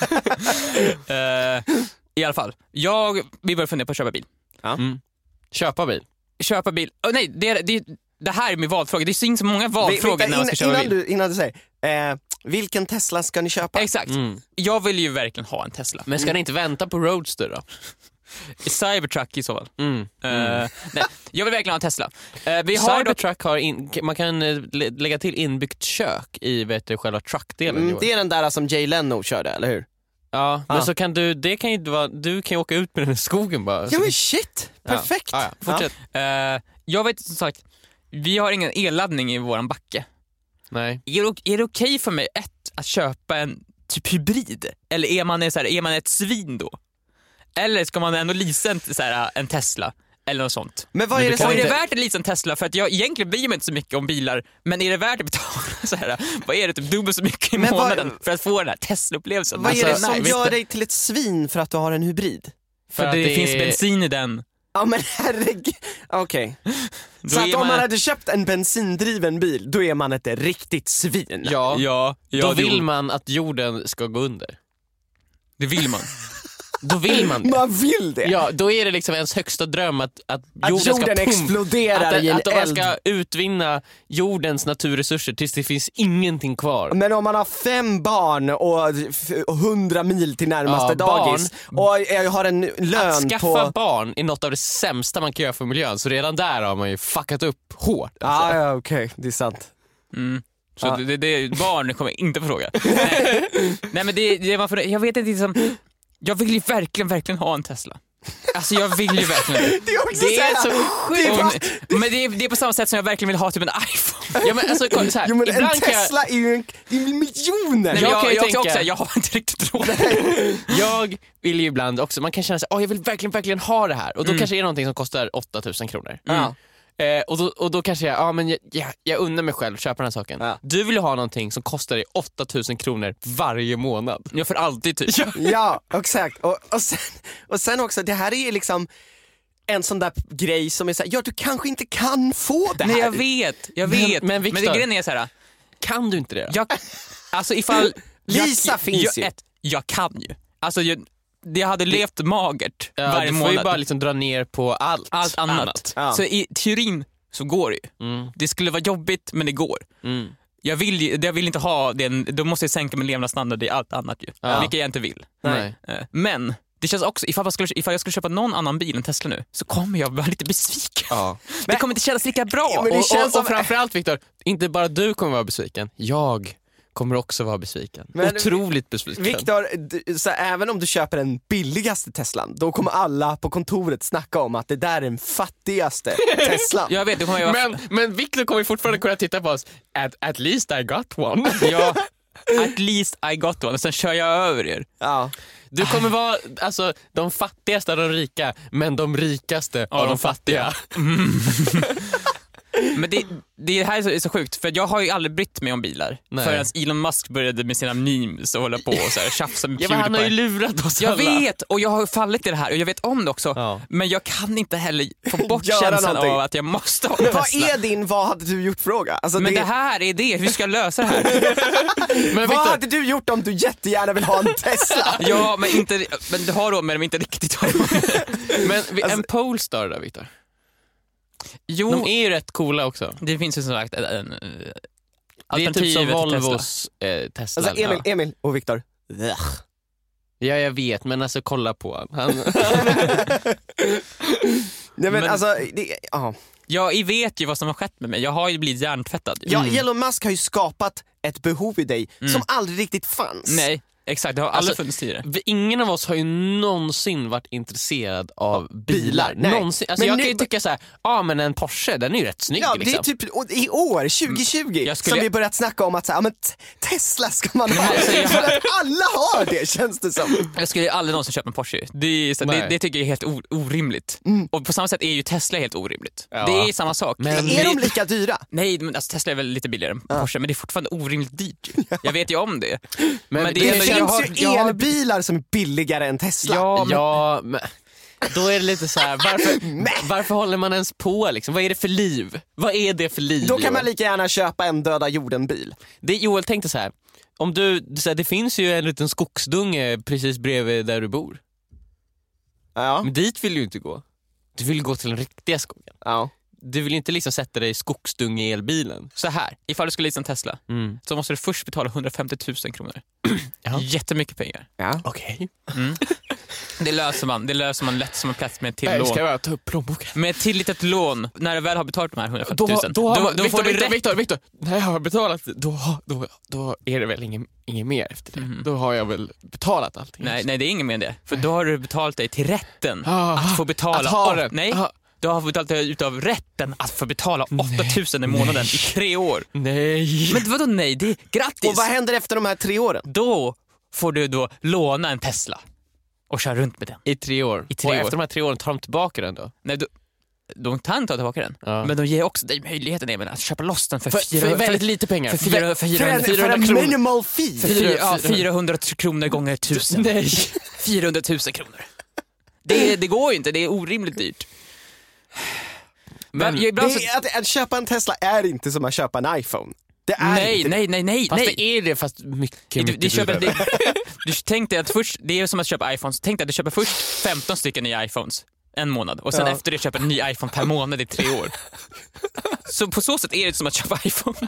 uh, I alla fall, jag vi börjar fundera på att köpa bil. Mm. Köpa bil. Köpa bil, oh, nej, det, det, det här är min valfråga. Det är inte så många valfrågor Vänta, när man ska köpa innan, bil. du, innan du säger, eh, vilken Tesla ska ni köpa? Exakt, Mm. jag vill ju verkligen ha en Tesla. Men ska ni inte vänta på Roadster då? Cybertruck i så fall. Mm. Uh, nej, jag vill verkligen ha en Tesla. Uh, vi har dock, Cybertruck har in, man kan eh, lä- lägga till inbyggt kök i vet du, själva truckdelen. Mm, Joel. det är den där som Jay Leno körde, eller hur? Ja, men Ah. så kan du, det kan ju inte vara, du kan ju åka ut med den i skogen bara. Ja men shit, perfekt. Ja, ja, fortsätt. uh, jag vet som sagt, vi har ingen elladdning i våran backe. Nej. Är det, är det okej för mig ett, att köpa en typ hybrid? Eller är man, en, så här, är man ett svin då? Eller ska man ändå leasa en, så här, en Tesla? Eller något sånt. Men vad Men är du det kan som Och är det inte... värt att leasa en Tesla? För att jag egentligen bryr mig inte så mycket om bilar. Men är det värt att betala så här, vad är det, typ dubbelt så mycket i Men vad- månaden för att få den här Tesla-upplevelsen? Vad är det Alltså, som nej, vet gör du. dig till ett svin för att du har en hybrid? För att det, det finns är- bensin i den. Ja men herregud, okej. Då Så att är om man- man hade köpt en bensindriven bil, då är man ett riktigt svin. Ja, Ja, ja då det- vill man att jorden ska gå under. Det vill man. Då vill man det. Man vill det. Ja, då är det liksom ens högsta dröm att, att Att jorden, jorden ska pumpa, exploderar att, i en att man eld. ska utvinna jordens naturresurser tills det finns ingenting kvar. Men om man har fem barn och f- hundra mil till närmaste Ja, dagis och jag har en lön Att skaffa på... barn är något av det sämsta man kan göra för miljön, så redan där har man ju fuckat upp hårt. Alltså. Ah, ja, okej, det är sant. Mm. Så Ja. det, det, barn kommer jag inte på fråga. Nej, Nej men det, det man får, jag vet inte liksom, jag vill ju verkligen, verkligen ha en Tesla. Alltså jag vill ju verkligen det. Det är också Det är så här- så det är bara- Om, men det är, det är på samma sätt som jag verkligen vill ha typ en iPhone. Ja, men alltså, kolla, så här, Jo men en ibland kan jag, Tesla är ju en, det är miljoner. Nej, men jag jag, kan ju jag, tänka- också, jag har inte riktigt råd. jag vill ju ibland också, man kan känna sig, oh, jag vill verkligen, verkligen ha det här. Och då kanske det är någonting som kostar åtta tusen kronor. Ja. Eh, och, då, och då kanske jag, ja men jag, jag, jag unnar mig själv att köpa den här saken. Ja. Du vill ju ha någonting som kostar dig åtta tusen kronor varje månad. Jag för alltid typ. Ja, exakt. Och, och, sen, och sen också, det här är liksom en sån där grej som är så här, ja du kanske inte kan få det här. Nej jag vet, jag Men- vet. men Men, Victor- det grejen är så här. Kan du inte det då? Jag, alltså ifall Lisa jag, finns jag, ju. Ett, jag kan ju. Alltså jag, jag hade levt magert Ja, varje du får månad. ju bara liksom dra ner på allt, Allt annat. Ja. Så i teorin så går det ju. Mm. Det skulle vara jobbigt men det går. Mm. Jag vill, ju- jag vill inte ha den, då måste jag sänka min levnadsstandard i allt annat ju. Ja. Vilket jag inte vill. Nej. Eh, Men det känns också, ifall jag, skulle, ifall jag skulle köpa någon annan bil än Tesla nu så kommer jag vara lite besviken. Ja. Det kommer inte kännas lika bra. Ja, men det och, känns och, som- och framförallt Viktor, inte bara du kommer vara besviken, jag kommer också vara besviken. Men- Otroligt besviken. Viktor, du- så även om du köper den billigaste Teslan, då kommer alla på kontoret snacka om att det där är den fattigaste Teslan. Jag vet, det kommer jag vara... Men, men Viktor kommer fortfarande kunna titta på oss, at, at least I got one. Ja, at least I got one. Och sen kör jag över er. Ja. Du kommer vara alltså, de fattigaste av de rika, men de rikaste av de, de fattiga. Men det, det här är så, är så sjukt, för jag har ju aldrig brytt mig om bilar. Nej. Förrän Elon Musk började med sina memes och hålla på och så här, tjafsa med Ja, men han har ju PewDiePie. lurat oss Jag alla. vet, och jag har fallit i det här och jag vet om det också. Ja. Men jag kan inte heller få bort Göra känslan någonting. av att jag måste ha en Men vad Tesla. är din vad hade du gjort fråga? Alltså, Men det, det här är det, hur ska jag lösa det här? Men vad Viktor, hade du gjort om du jättegärna vill ha en Tesla? Ja, men, inte, men du har råd med det, men inte riktigt har råd med det. men vi- Alltså- en Polestar då Viktor? Jo, De är ju rätt coola också. det finns ju som sagt en, en, Det är typ som Alternativet till Volvos eh, Tesla. Alltså Emil, Emil och Viktor. Ja, jag vet, men alltså kolla på han. han... Nej men, Men- alltså, det, ja. Jag vet ju vad som har skett med mig. Jag har ju blivit hjärntvättad. Ja, Elon Musk har ju skapat ett behov i dig Mm. som aldrig riktigt fanns. Nej, exakt. Det har aldrig Alltså, funnits tidigare. Vi- Ingen av oss har ju någonsin varit intresserad av bilar. bilar, nej. Någonsin. Alltså Men jag nu- kan ju tycka så här, ja men en Porsche, den är ju rätt snygg Ja, liksom. det är typ och i år, tjugo tjugo, Jag skulle- som vi börjat snacka om att så här, ja, men t- Tesla ska man ha. alltså, jag- För att alla har det, känns det som. Jag skulle ju aldrig någonsin köpa en Porsche. Det, är, så, det, Nej. det tycker jag är helt o- orimligt. Och på samma sätt är ju Tesla helt orimligt. Ja. Det är samma sak. Men- Är de lika dyra? Nej, men alltså, Tesla är väl lite billigare än Porsche, men det är fortfarande orimligt dyrt. Jag vet ju om det. Men Men det det är Det ändå- finns jag har- ju jag har- elbilar som är billigare än Tesla. Ja, men, Ja, men då är det lite så här, varför, varför håller man ens på liksom? Vad är det för liv? Vad är det för liv? Då kan man Joel? lika gärna köpa en döda jorden-bil. Det Joel tänkte så här, om du, så här, det finns ju en liten skogsdunge precis bredvid där du bor. Ja. Men dit vill du ju inte gå. Du vill gå till den riktiga skogen. Ja. Du vill inte liksom sätta dig i skogsdunge i elbilen. så här, ifall du skulle leasa en Tesla Mm. så måste du först betala hundrafemtio tusen kronor. Ja. Jättemycket pengar. Ja. Okej. Det löser man, det löser man lätt som en plätt med ett till Okay. lån. Ska jag ta upp plånboken? Med ett till litet lån, när du väl har betalat de här hundrafemtio Då, tusen, då, har man, då Victor, får du Victor, rätt. Victor, Victor, när jag har betalat, då, då, då är det väl ingen, ingen mer efter det. Då har jag väl betalat allting. Nej, nej, det är inget med det. För då har du betalat dig till rätten Ah, att få betala. att ha åt- den. Nej, Ah. du har betalat dig utav rätten att få betala åtta tusen i månaden i tre år. Nej. Men vadå nej? Det är grattis! Och vad händer efter de här tre åren? Då får du då låna en Tesla och köra runt med den. I tre år. I tre och år. efter de här tre åren tar de tillbaka den då? Nej, då, de kan ta tillbaka den. Ja. Men de ger också dig möjligheten Emil, att köpa loss den för, För, fyra, för väldigt lite pengar. för fyra, för För en, fyrahundra, för fyrahundra en kronor. minimal fee? För fyra, ja, fyra- fyrahundra kronor gånger tusen. Nej. fyrahundratusen kronor. Det, det går ju inte, det är orimligt dyrt. Men, Men- ibland Det så, är, att, att köpa en Tesla är inte som att köpa en iPhone. Det är nej, inte. nej, nej, nej, Fast nej. det är det, fast mycket, Du, mycket du, köper, dyrare. det, du tänkte att först, det är som att köpa iPhones, tänk dig att du köper först femton stycken nya iPhones en månad och sen Ja. efter det köper en ny iPhone per månad i tre år. Så på så sätt är det som att köpa iPhone.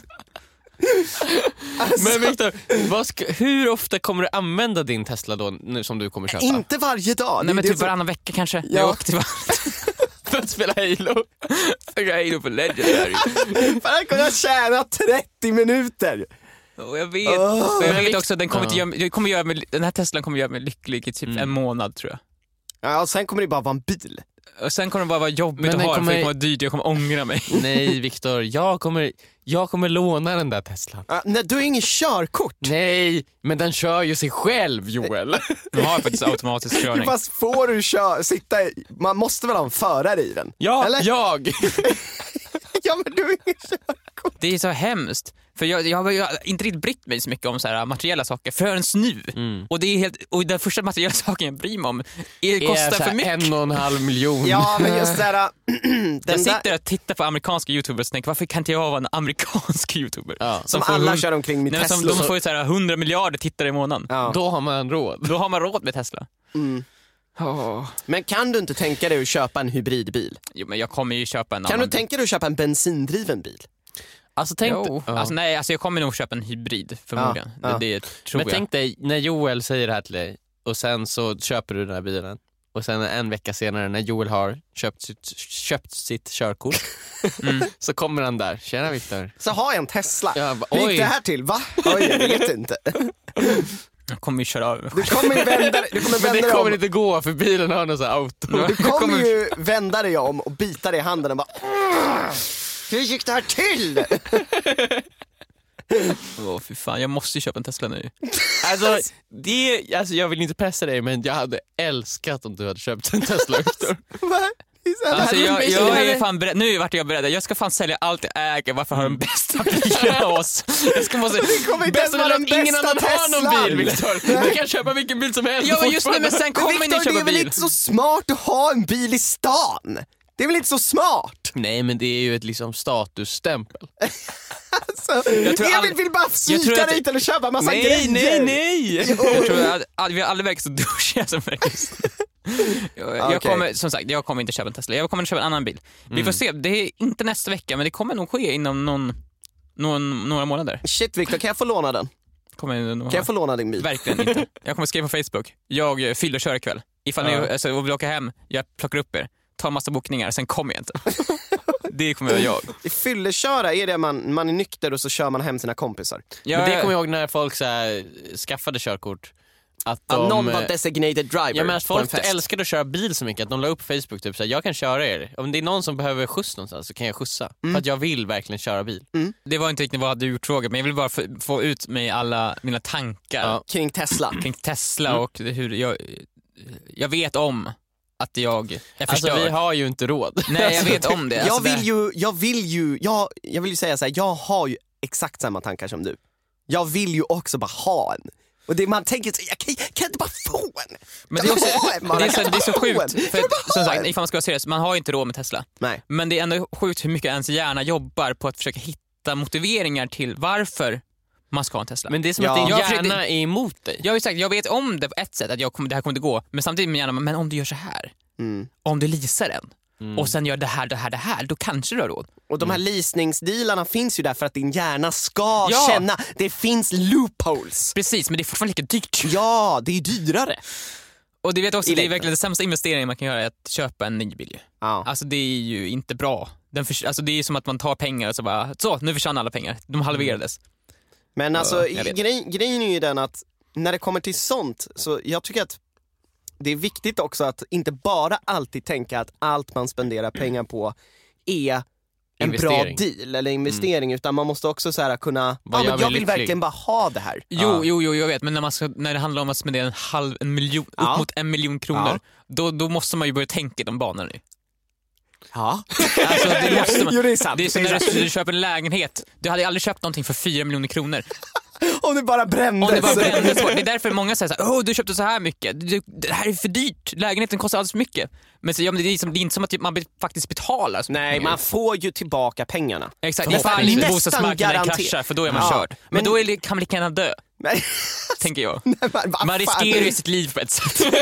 Alltså, Men Victor, vad ska, hur ofta kommer du använda din Tesla då, nu som du kommer köpa? inte varje dag. Nej men Det är typ det som- varannan vecka kanske. Ja. Jag åker till För att spela Halo? för Halo på Legendary. För att kunna tjäna trettio minuter. Och jag vet, Åh. och jag Men vet Vic- också att den kommer, Ja. inte göra, det kommer göra mig, den här Teslan kommer göra mig lycklig i typ Mm. en månad tror jag. Ja, och sen kommer det bara vara en bil. Och sen kommer det bara vara jobbigt Men att den ha den för kommer- det kommer vara dyrt, jag kommer ångra mig. Nej Victor, jag kommer, jag kommer låna den där Teslan. Ja, nej, du har ingen körkort. Nej, men den kör ju sig själv Joel. De har faktiskt automatisk körning. Fast får du kö- sitta i, man måste väl ha en förare i den? Ja, Eller? jag. Ja, men du har ingen körkort. Det är så hemskt. För jag, jag har ju inte riktigt brytt mig så mycket om så här materiella saker förrän nu. Mm. Och, det är helt, och den första materiella saken jag bryr mig om är, Det är kostar så för här mycket. en och en halv miljon. Ja, men just det här, den Jag sitter där, och tittar på amerikanska youtubers och tänker varför kan inte jag vara en amerikansk youtuber? Ja. som får alla hund- kör omkring med Nej, men som, Tesla. de får ju så här hundra miljarder tittare i månaden. Ja. Då har man råd. Då har man råd med Tesla. Mm. Oh. Men kan du inte tänka dig att köpa en hybridbil? Jo, men jag kommer ju köpa en Kan annan du tänka dig att köpa en bensindriven bil? Alltså tänk, Jo. ja. Alltså, nej, alltså jag kommer nog köpa en hybrid förmodligen. Ja, ja. Det, det tror Men jag. tänk dig när Joel säger det här till dig och sen så köper du den här bilen och sen en vecka senare när Joel har köpt sitt, köpt sitt körkort Mm. så kommer han där. Tjena Victor. Så har jag en Tesla. Ja, va- Hur gick oj. det här till? Va? Oj, jag vet inte. Jag kommer ju köra över mig Du själv. kommer ju vända, du kommer Men vända det dig kommer om. inte gå för bilen har någon sån här auto. Du kommer kommer- ju vända dig om och bita dig i handen och bara hur gick det här till? Åh fy fan, jag måste ju köpa en Tesla nu. Alltså, det, alltså jag vill inte pressa dig men jag hade älskat om du hade köpt en Tesla Victor. Va? Det är så här- Alltså, hade jag, du- jag hade- är fan beredd, nu vart jag beredd. Jag ska fan sälja allt jag äger, varför har de bästa bilarna av oss? Jag ska måste... Det kommer inte ens Bäst vara att den ingen bästa annan har någon Teslan. bil Victor. Du kan köpa vilken bil som helst. Ja men just nu, men sen Men kommer ni Victor, det köpa är väl bil. inte så smart att ha en bil i stan? Det är väl inte så smart? Nej men det är ju ett liksom statusstämpel. Alltså, tror Emil aldrig- vill bara jag tror psyka att- dig till att köpa massa Nej, grejer. nej, nej. Jag tror att att vi aldrig verkar så duschiga som faktiskt. Jag, jag Okej. kommer, som sagt, jag kommer inte köpa en Tesla. Jag kommer köpa en annan bil. Vi får se, det är inte nästa vecka men det kommer nog ske inom någon, någon, några månader. Shit Victor, kan jag få låna den? Kommer jag Kan jag få låna din bil? Verkligen inte. Jag kommer skriva på Facebook. Jag fyller och kör ikväll. Ifall Ja. ni alltså, vill åka hem, jag plockar upp er. Tar massa bokningar, sen kommer jag inte. Det kommer jag jag. I fylleköra är det man, man är nykter och så kör man hem sina kompisar. jag Men det kommer jag ihåg när folk så här, skaffade körkort. Att Ja, de, någon var designated driver ja, men att på en folk fest. älskade att köra bil så mycket att de la upp Facebook typ så här, jag kan köra er. Om det är någon som behöver skjuts någonstans så kan jag skjutsa. Mm. För att jag vill verkligen köra bil. Det var inte riktigt vad du gjort fråga, men jag vill bara få, få ut mig alla mina tankar Ja. Kring Tesla. kring Tesla och hur jag, jag vet om att jag är förstörd. Alltså vi har ju inte råd. Nej, jag vet om det. Alltså, Jag vill det... ju, jag vill ju, jag, jag vill ju säga så här, jag har ju exakt samma tankar som du. Jag vill ju också bara ha en. Och det man tänker så, jag kan, kan jag inte bara få en? Men det är, också, ha en, man. det är Jag så, kan det är så bara få en. sjukt, Jag för vill att, bara som ha sagt, en. ifall man ska vara seriös, man har ju inte råd med Tesla. Nej. Men det är ändå sjukt hur mycket ens hjärna jobbar på att försöka hitta motiveringar till varför man ska ha en Tesla. Men det är som Ja. att din Jag hjärna försökte- är emot dig. Jag har ju sagt, jag vet om det på ett sätt att jag kommer, det här kommer inte gå, men samtidigt med hjärnan, men om du gör så här, Mm. om du leasar den Mm. och sen gör det här, det här, det här, då kanske du har råd. Och de här leasningsdealarna finns ju där för att din hjärna ska Ja. känna, det finns loopholes. Precis, men det är fortfarande lika dyrt. Ja, det är ju dyrare. Och det vet också, I det är längden. verkligen den sämsta investeringen man kan göra är att köpa en ny bil. ju. Ja. Alltså det är ju inte bra. Den för, alltså det är som att man tar pengar och så bara, så nu försvann alla pengar. De halverades. Men alltså Ja, jag vet. grej, grejen är ju den att när det kommer till sånt, så jag tycker att det är viktigt också att inte bara alltid tänka att allt man spenderar pengar på är en Investering. bra deal eller investering, utan man måste också så här kunna, Vad ja, gör men mig jag vill lycklig? verkligen bara ha det här. Jo, Ja. jo, jo, jag vet. Men när, man ska, när det handlar om att spendera en halv, en miljon, Ja. upp mot en miljon kronor, Ja. då, då måste man ju börja tänka i de banorna nu. Ja, Alltså, det måste man. jo, det är sant. Det är som Det är när sant. du, du köper en lägenhet. Du hade aldrig köpt någonting för fyra miljoner kronor. Om det bara brändes. Om det bara brändes bort. Det är därför många säger så här, åh du köpte så här mycket. Du, det här är för dyrt. Lägenheten kostar alldeles för mycket. Men, så, ja, men det, är som, det är inte som att man be- faktiskt betalar så mycket Nej, pengar. man får ju tillbaka pengarna. Exakt, Får ifall man inte nästan bostadsmarknaden garanter- kraschar, för då är man Ja, körd. Men, men- då är, det- kan man lika gärna dö, Men, tänker jag. men vad fan. Man riskerar ju sitt liv på ett sätt.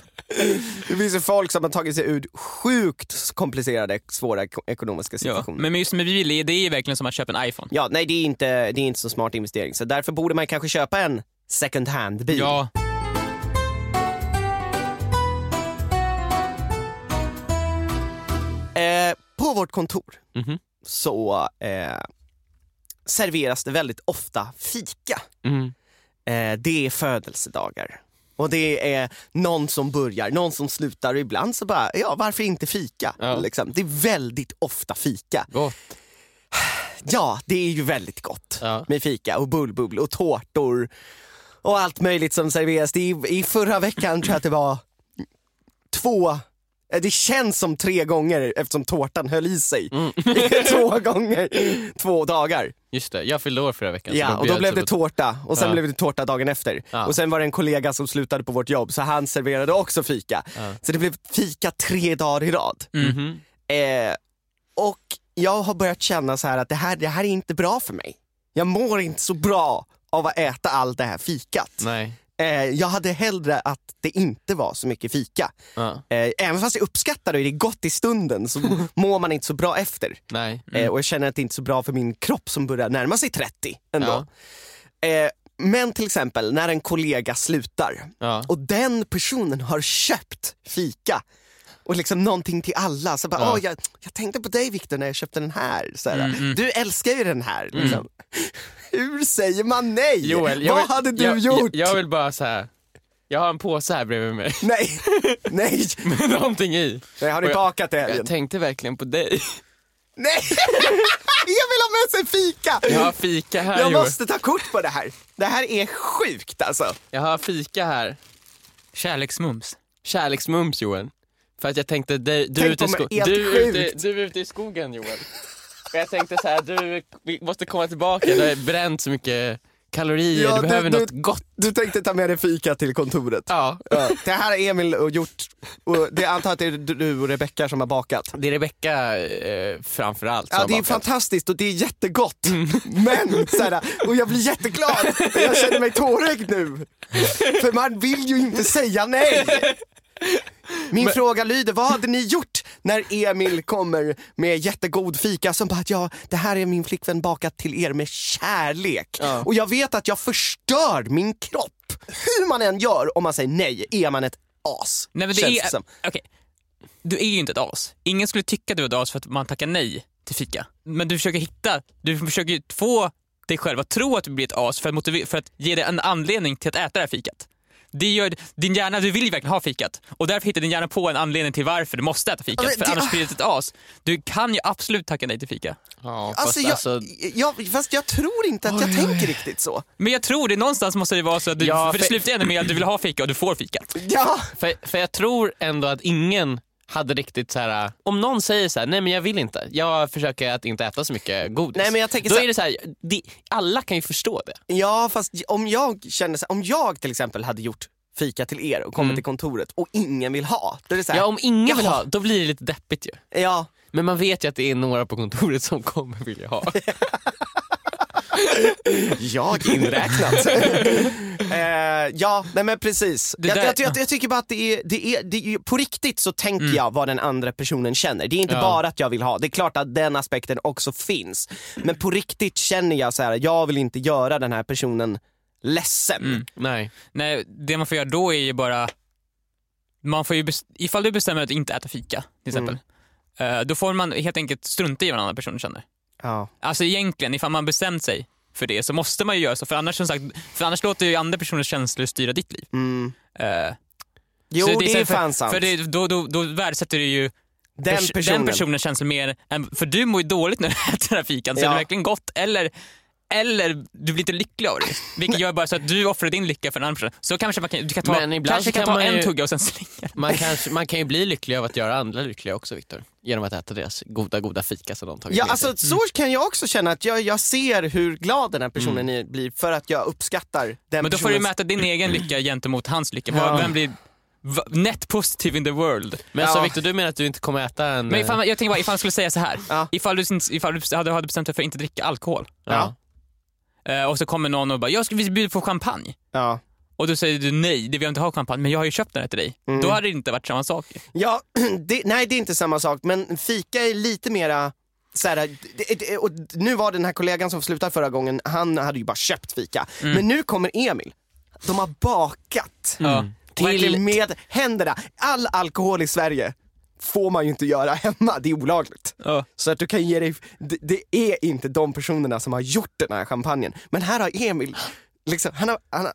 Det finns ju folk som har tagit sig ur sjukt komplicerade, svåra ek- ekonomiska Ja. situationer. Men just med bil, det är ju verkligen som att köpa en iPhone. Ja, nej det är inte, det är inte så smart investering. Så därför borde man kanske köpa en second hand-bil. Ja, Eh, på vårt kontor Mhm. så eh, serveras det väldigt ofta fika. Mm. Eh, det är födelsedagar. Och det är någon som börjar, någon som slutar, och ibland så bara, ja varför inte fika? Ja. Liksom. Det är väldigt ofta fika. Gott. Ja, det är ju väldigt gott Ja. med fika och bullbubbel och tårtor och allt möjligt som serveras. Det är, i förra veckan tror jag att det var två, det känns som tre gånger eftersom tårtan höll i sig. Mm. två gånger, två dagar. Just det, jag fyllde år förra veckan. så Ja, och då bjöds blev jag det på- tårta och sen Ja. blev det tårta dagen efter. Ja. Och sen var det en kollega som slutade på vårt jobb så han serverade också fika. Ja. Så det blev fika tre dagar i rad. Mhm. Eh, och jag har börjat känna så här att det här, det här är inte bra för mig. Jag mår inte så bra av att äta allt det här fikat. Nej. Eh, jag hade hellre att det inte var så mycket fika. Ja. Eh, även fast jag uppskattar det och det är gott i stunden så mår man inte så bra efter. Nej. Eh, och jag känner att det inte är så bra för min kropp som börjar närma sig trettio ändå. Eh, men till exempel när en kollega slutar Ja. och den personen har köpt fika och liksom någonting till alla, så bara, Ja. åh, jag, jag tänkte på dig Victor när jag köpte den här, så här Mm, mm. du älskar ju den här liksom. Hur säger man nej? Joel, jag Vad vill, hade du jag, gjort? Jag, jag vill bara så här. Jag har en påse här bredvid mig Nej, nej, med någonting i. nej, har ni Och jag- bakat det helgen? Jag tänkte verkligen på dig. Nej, jag vill ha med sig fika! Jag har fika här Jag Joel. måste ta kort på det här. Det här är sjukt alltså. Jag har fika här. kärleksmums. Kärleksmums Joel. För att jag tänkte, du, du, är Tänk ute i på mig, sko- helt du, är ute, sjukt. du är ute i skogen Joel. Och jag tänkte så här, du vi måste komma tillbaka. Du har bränt så mycket kalorier, Ja, du du- behöver du- något gott. Du tänkte ta med dig fika till kontoret. Ja. Ja, det här har Emil och gjort, och det antar att det är du och Rebecca som har bakat. Det är Rebecca eh, framförallt som Ja, har det är bakat. fantastiskt och det är jättegott. Men, såhär, och jag blir jätteglad. Jag känner mig tårögd nu. För man vill ju inte säga nej. Min Men... fråga lyder, vad hade ni gjort när Emil kommer med jättegod fika som bara, ja, det här är min flickvän bakat till er med kärlek. Ja. Och jag vet att jag förstör min kropp. Hur man än gör, om man säger nej, är man ett as. Nej, men det är, som. Okay. Du är ju inte ett as. Ingen skulle tycka att du är ett as för att man tackar nej till fika. Men du försöker hitta, du försöker få dig själv att tro att du blir ett as för att, motiv- för att ge dig en anledning till att äta det här fikat. Det gör din hjärna, du vill ju verkligen ha fikat. Och därför hittar din hjärna på en anledning till varför du måste äta fikat. För det, annars blir det ett as. Du kan ju absolut tacka nej till fika. Ja, alltså, fast, jag, alltså... jag, fast jag tror inte att jag oj, tänker riktigt så. Men jag tror det, någonstans måste det vara så att du, ja, för det slutar ändå med att du vill ha fika och du får fikat. Ja, för, för jag tror ändå att ingen hade riktigt så här. Om någon säger så här, nej men jag vill inte, jag försöker att inte äta så mycket godis. Nej, men jag tänker då så här, är det så här, det, alla kan ju förstå det. Ja, fast om jag känner så här, om jag till exempel hade gjort fika till er och kommit mm. till kontoret och ingen vill ha, då är det så här, ja, om ingen jaha. vill ha, då blir det lite deppigt ju. Ja. Men man vet ju att det är några på kontoret som kommer vilja ha. Jag inräknat. uh, ja, nej men precis. Jag, jag, jag, jag tycker bara att det är, det är, det är på riktigt så tänker mm. jag vad den andra personen känner. Det är inte ja. bara att jag vill ha. Det är klart att den aspekten också finns. Men på riktigt känner jag så här, jag vill inte göra den här personen ledsen. Mm. Nej. Nej, det man får göra då är ju bara, man får ju bes- ifall du bestämmer att inte äta fika till exempel. Mm. Uh, då får man helt enkelt strunta i vad en annan person känner. Ja. Alltså egentligen, ifall man bestämt sig för det så måste man ju göra så, för annars som sagt, för annars låter ju andra personers känslor styra ditt liv. Mm. Uh, jo, det, det är för, fan sant. För det, då, då, då värdesätter du ju den pers- personen. den personens känslor mer än, för du mår ju dåligt när du äter den här fikan, så ja. är det verkligen gott, eller eller du blir inte lycklig av det. Vilket gör bara så att du offrar din lycka för en annan person. Så kanske man kan, du kan ta, men ibland kanske kan kan ta en ju, tugga och sen slänga. Man, kanske, man kan ju bli lycklig av att göra andra lyckliga också, Victor. Genom att äta deras goda, goda fika som de tagit ja, med alltså, sig. Så kan jag också känna att jag, jag ser hur glad den här personen mm. blir för att jag uppskattar den Men då personens... får du mäta din egen lycka gentemot hans lycka. Ja. Vem blir net positive in the world? Men ja. Så Victor, du menar att du inte kommer äta en... Men ifall, jag tänker bara, ifall jag skulle säga så här. Ja. Ifall, du, ifall du hade, hade bestämt dig för att inte dricka alkohol. Ja. Uh, och så kommer någon och bara, jag skulle bjuda på champagne. Ja. Och då säger du nej, det vill jag inte ha champagne, men jag har ju köpt den här till dig. Mm. Då hade det inte varit samma sak. Ja, det, nej det är inte samma sak, men fika är lite mera så här, det, det, och nu var den här kollegan som slutade förra gången, han hade ju bara köpt fika. Mm. Men nu kommer Emil. De har bakat. Mm. Till med händerna. All alkohol i Sverige får man ju inte göra hemma, det är olagligt. Ja. Så att du kan ge dig, det, det är inte de personerna som har gjort den här champagnen. Men här har Emil liksom, han har, han har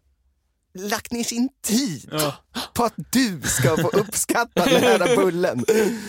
lagt ner sin tid ja. på att du ska få uppskatta den här bullen.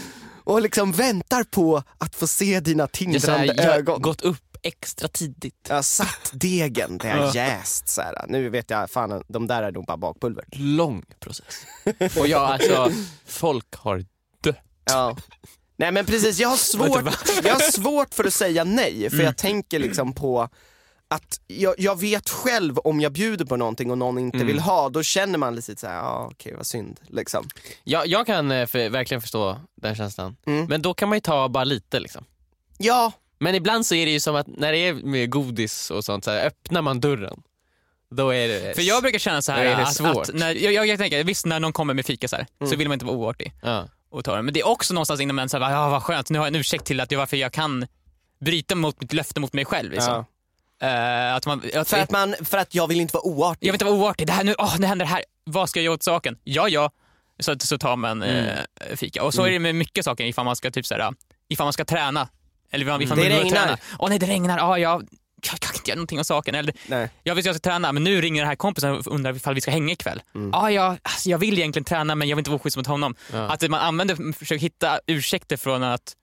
Och liksom väntar på att få se dina tindrande jag ögon. Jag gått upp extra tidigt. Jag har satt degen, det har jäst så här. Nu vet jag, fan, de där är nog bara bakpulver. Lång process. Och jag, alltså, folk har dött. Ja. Nej men precis, jag har svårt, jag har svårt för att säga nej. För mm. jag tänker liksom på att jag, jag vet själv om jag bjuder på någonting och någon inte mm. vill ha, då känner man lite så här, ja okej, vad synd liksom. Ja, jag kan för, verkligen förstå den känslan. Mm. Men då kan man ju ta bara lite liksom. Ja. Men ibland så är det ju som att när det är med godis och sånt så här, öppnar man dörren. Då är det... För jag brukar känna så här är det att, svårt. att när, jag, jag tänker, visst när någon kommer med fika så här, mm. så vill man inte vara oartig. Ja. Och ta det. Men det är också någonstans inom en så här, ja vad skönt, nu har jag en ursäkt till att jag, varför jag kan bryta mot mitt löfte mot mig själv liksom. Ja. Uh, att man, att för, att man, för att jag vill inte vara oartig. Jag vill inte vara oartig, det här nu, åh, det händer det här, vad ska jag göra åt saken? Ja, ja, så, så tar man mm. uh, fika. Och så mm. är det med mycket saker, ifall man ska typ såhär, ifall man ska träna. Eller ifall mm. man det regnar. Träna. Åh nej, det regnar, ja, jag, jag kan inte göra någonting av saken. Eller, nej. Jag vet att jag ska träna, men nu ringer den här kompisen och undrar ifall vi ska hänga ikväll. Mm. Ja, jag, alltså, jag vill egentligen träna, men jag vill inte vara schysst mot honom. Ja. Att man använder, försöker hitta ursäkter från att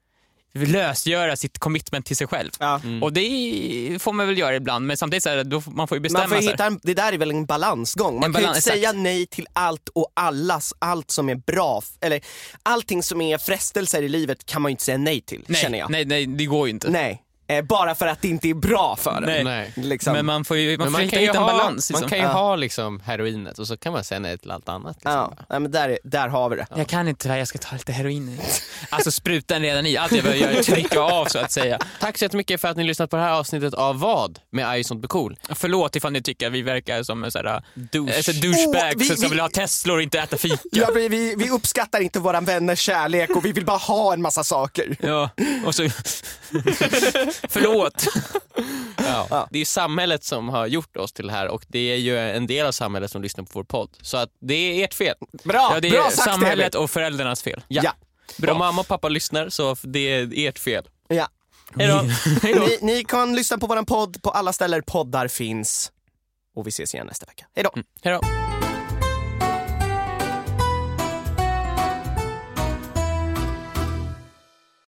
lösgöra sitt commitment till sig själv. Ja. Mm. Och det får man väl göra ibland, men samtidigt så här, då man får ju bestämma man får sig. Hitta en, det där är väl en balansgång. Man en kan balans, inte säga nej till allt och allas, allt som är bra, eller allting som är frestelser i livet kan man ju inte säga nej till, nej, känner jag. Nej, nej, det går ju inte. Nej. eh, bara för att det inte är bra för Nej. en. Nej. Liksom. Men man får ju man Men får man hitta, kan ju hitta en ha, balans. Liksom. man kan ju Ja. ha liksom heroinet och så kan man säga nej till allt annat. Liksom. Ja, nej, men där, där har vi det. Jag kan inte det här, jag ska ta lite heroin. Alltså sprutan redan i, allt jag behöver göra är att trycka av så att säga. Tack så jättemycket för att ni lyssnat på det här avsnittet av Vad med I sånt blir cool. Förlåt ifall ni tycker att vi verkar som en sån här Douche. alltså, douchebag Åh, vi- som vi- vill ha Tesla och inte äta fika. Ja, vi, vi, vi uppskattar inte våran vänners kärlek och vi vill bara ha en massa saker. Ja, och så... Förlåt. Ja. Ja. Det är ju samhället som har gjort oss till det här och det är ju en del av samhället som lyssnar på vår podd. Så att det är ert fel. Bra, Ja, det bra är sagt samhället Emil. och föräldrarnas fel. Ja. Ja. Bra. Om mamma och pappa lyssnar så det är ert fel. Ja. Hejdå. Ni, ni kan lyssna på våran podd på alla ställen poddar finns. Och vi ses igen nästa vecka. Hej då! Hejdå.